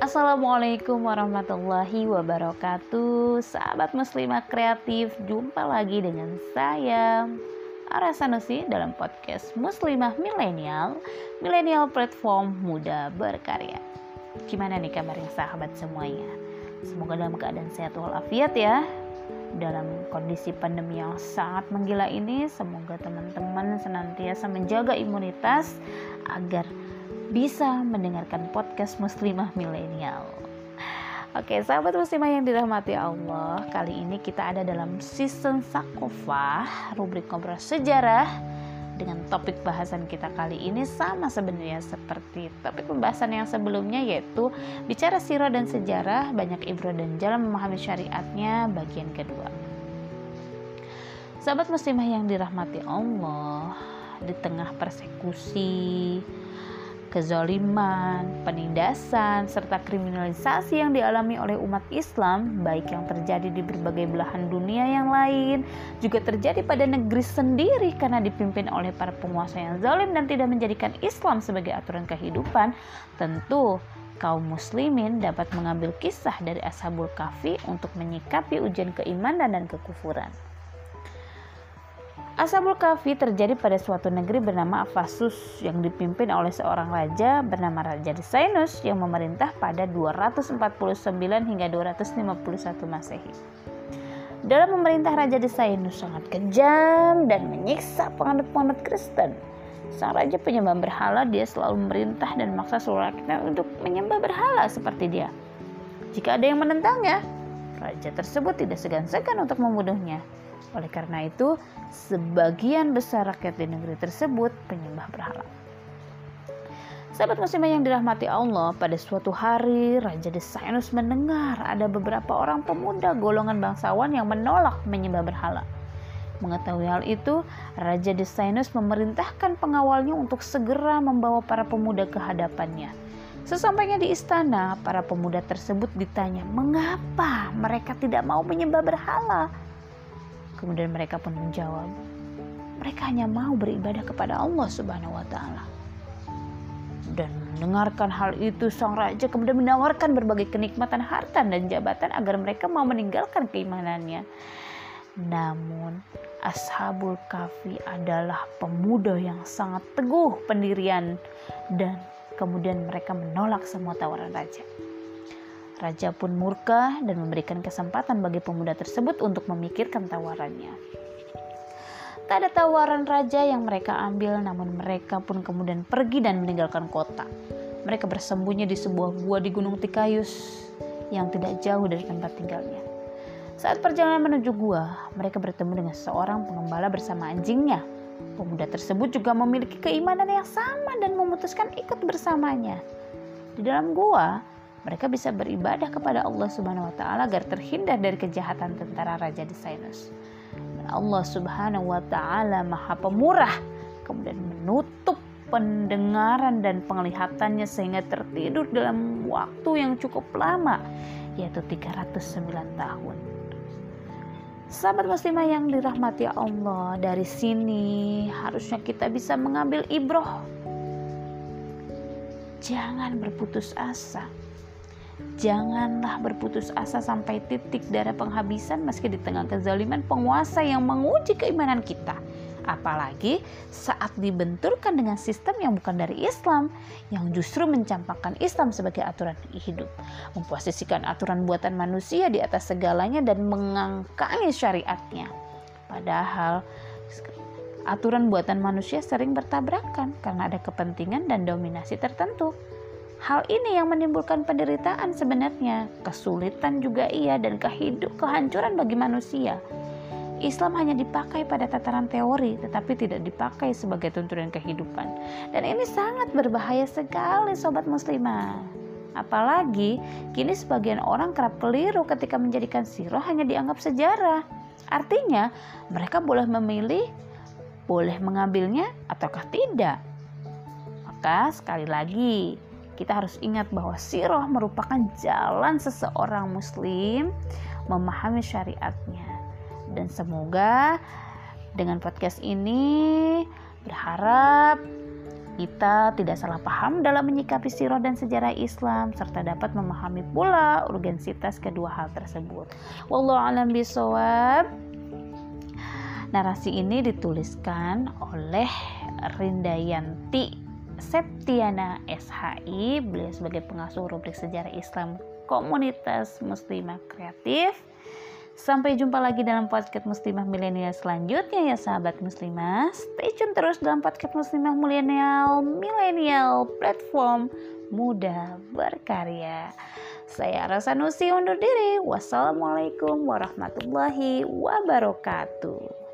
Assalamualaikum warahmatullahi wabarakatuh. Sahabat muslimah kreatif, jumpa lagi dengan saya Ara Sanusi dalam podcast Muslimah Milenial Platform Muda Berkarya. Gimana nih kabarnya sahabat semuanya? Semoga dalam keadaan sehat walafiat ya. Dalam kondisi pandemi yang sangat menggila ini, semoga teman-teman senantiasa menjaga imunitas agar bisa mendengarkan podcast Muslimah Milenial. Oke, sahabat muslimah yang dirahmati Allah, kali ini kita ada dalam season Sakofah, rubrik ngobrol sejarah. Dengan topik bahasan kita kali ini sama sebenarnya seperti topik pembahasan yang sebelumnya, yaitu bicara sirah dan sejarah, banyak ibrah dan jalan memahami syariatnya, bagian kedua. Sahabat muslimah yang dirahmati Allah, di tengah persekusi, kezaliman, penindasan, serta kriminalisasi yang dialami oleh umat Islam, baik yang terjadi di berbagai belahan dunia yang lain, juga terjadi pada negeri sendiri karena dipimpin oleh para penguasa yang zalim dan tidak menjadikan Islam sebagai aturan kehidupan. Tentu kaum muslimin dapat mengambil kisah dari Ashabul Kahfi untuk menyikapi ujian keimanan dan kekufuran. Ashabul Kahfi terjadi pada suatu negeri bernama Ephasus yang dipimpin oleh seorang raja bernama Raja Desainus yang memerintah pada 249 hingga 251 Masehi. Dalam memerintah Raja Desainus sangat kejam dan menyiksa penganut-penganut Kristen. Sang raja penyembah berhala, dia selalu memerintah dan memaksa seluruh rakyatnya untuk menyembah berhala seperti dia. Jika ada yang menentangnya, raja tersebut tidak segan-segan untuk membunuhnya. Oleh karena itu, sebagian besar rakyat di negeri tersebut penyembah berhala. Sahabat muslimah yang dirahmati Allah, pada suatu hari Raja Desainus mendengar ada beberapa orang pemuda golongan bangsawan yang menolak menyembah berhala. Mengetahui hal itu, Raja Desainus memerintahkan pengawalnya untuk segera membawa para pemuda ke hadapannya. Sesampainya di istana, para pemuda tersebut ditanya mengapa mereka tidak mau menyembah berhala. Kemudian mereka pun menjawab, mereka hanya mau beribadah kepada Allah Subhanahu wa Ta'ala. Dan mendengarkan hal itu, sang raja kemudian menawarkan berbagai kenikmatan harta dan jabatan agar mereka mau meninggalkan keimanannya. Namun, Ashabul Kahfi adalah pemuda yang sangat teguh pendirian dan kemudian mereka menolak semua tawaran raja. Raja pun murka dan memberikan kesempatan bagi pemuda tersebut untuk memikirkan tawarannya. Tak ada tawaran raja yang mereka ambil, namun mereka pun kemudian pergi dan meninggalkan kota. Mereka bersembunyi di sebuah gua di Gunung Tikayus yang tidak jauh dari tempat tinggalnya. Saat perjalanan menuju gua, mereka bertemu dengan seorang pengembala bersama anjingnya. Pemuda tersebut juga memiliki keimanan yang sama dan memutuskan ikut bersamanya. Di dalam gua, mereka bisa beribadah kepada Allah Subhanahu wa Ta'ala agar terhindar dari kejahatan tentara Raja Desainus. Dan Allah Subhanahu wa Ta'ala Maha Pemurah kemudian menutup pendengaran dan penglihatannya sehingga tertidur dalam waktu yang cukup lama, yaitu 309 tahun. Sahabat muslimah yang dirahmati Allah, dari sini harusnya kita bisa mengambil ibrah. Jangan berputus asa. Janganlah berputus asa sampai titik darah penghabisan meski di tengah kezaliman penguasa yang menguji keimanan kita. Apalagi saat dibenturkan dengan sistem yang bukan dari Islam, yang justru mencampakkan Islam sebagai aturan hidup, memposisikan aturan buatan manusia di atas segalanya dan mengangkangi syariatnya. Padahal aturan buatan manusia sering bertabrakan karena ada kepentingan dan dominasi tertentu. Hal ini yang menimbulkan penderitaan sebenarnya, kesulitan juga iya, dan kehancuran bagi manusia. Islam hanya dipakai pada tataran teori, tetapi tidak dipakai sebagai tuntunan kehidupan. Dan ini sangat berbahaya sekali sobat muslimah. Apalagi kini sebagian orang kerap keliru ketika menjadikan sirah hanya dianggap sejarah. Artinya mereka boleh memilih, boleh mengambilnya ataukah tidak. Maka sekali lagi, kita harus ingat bahwa sirah merupakan jalan seseorang muslim memahami syariatnya. Dan semoga dengan podcast ini berharap kita tidak salah paham dalam menyikapi sirah dan sejarah Islam serta dapat memahami pula urgensitas kedua hal tersebut. Wallahu a'lam bishawab. Narasi ini dituliskan oleh Rindayanti Septiana SHI. Beliau sebagai pengasuh rubrik sejarah Islam Komunitas Muslimah Kreatif. Sampai jumpa lagi dalam podcast Muslimah Milenial selanjutnya ya sahabat muslimah. Stay tune terus dalam podcast Muslimah Milenial platform muda berkarya. Saya Rasa Nusi undur diri. Wassalamualaikum warahmatullahi wabarakatuh.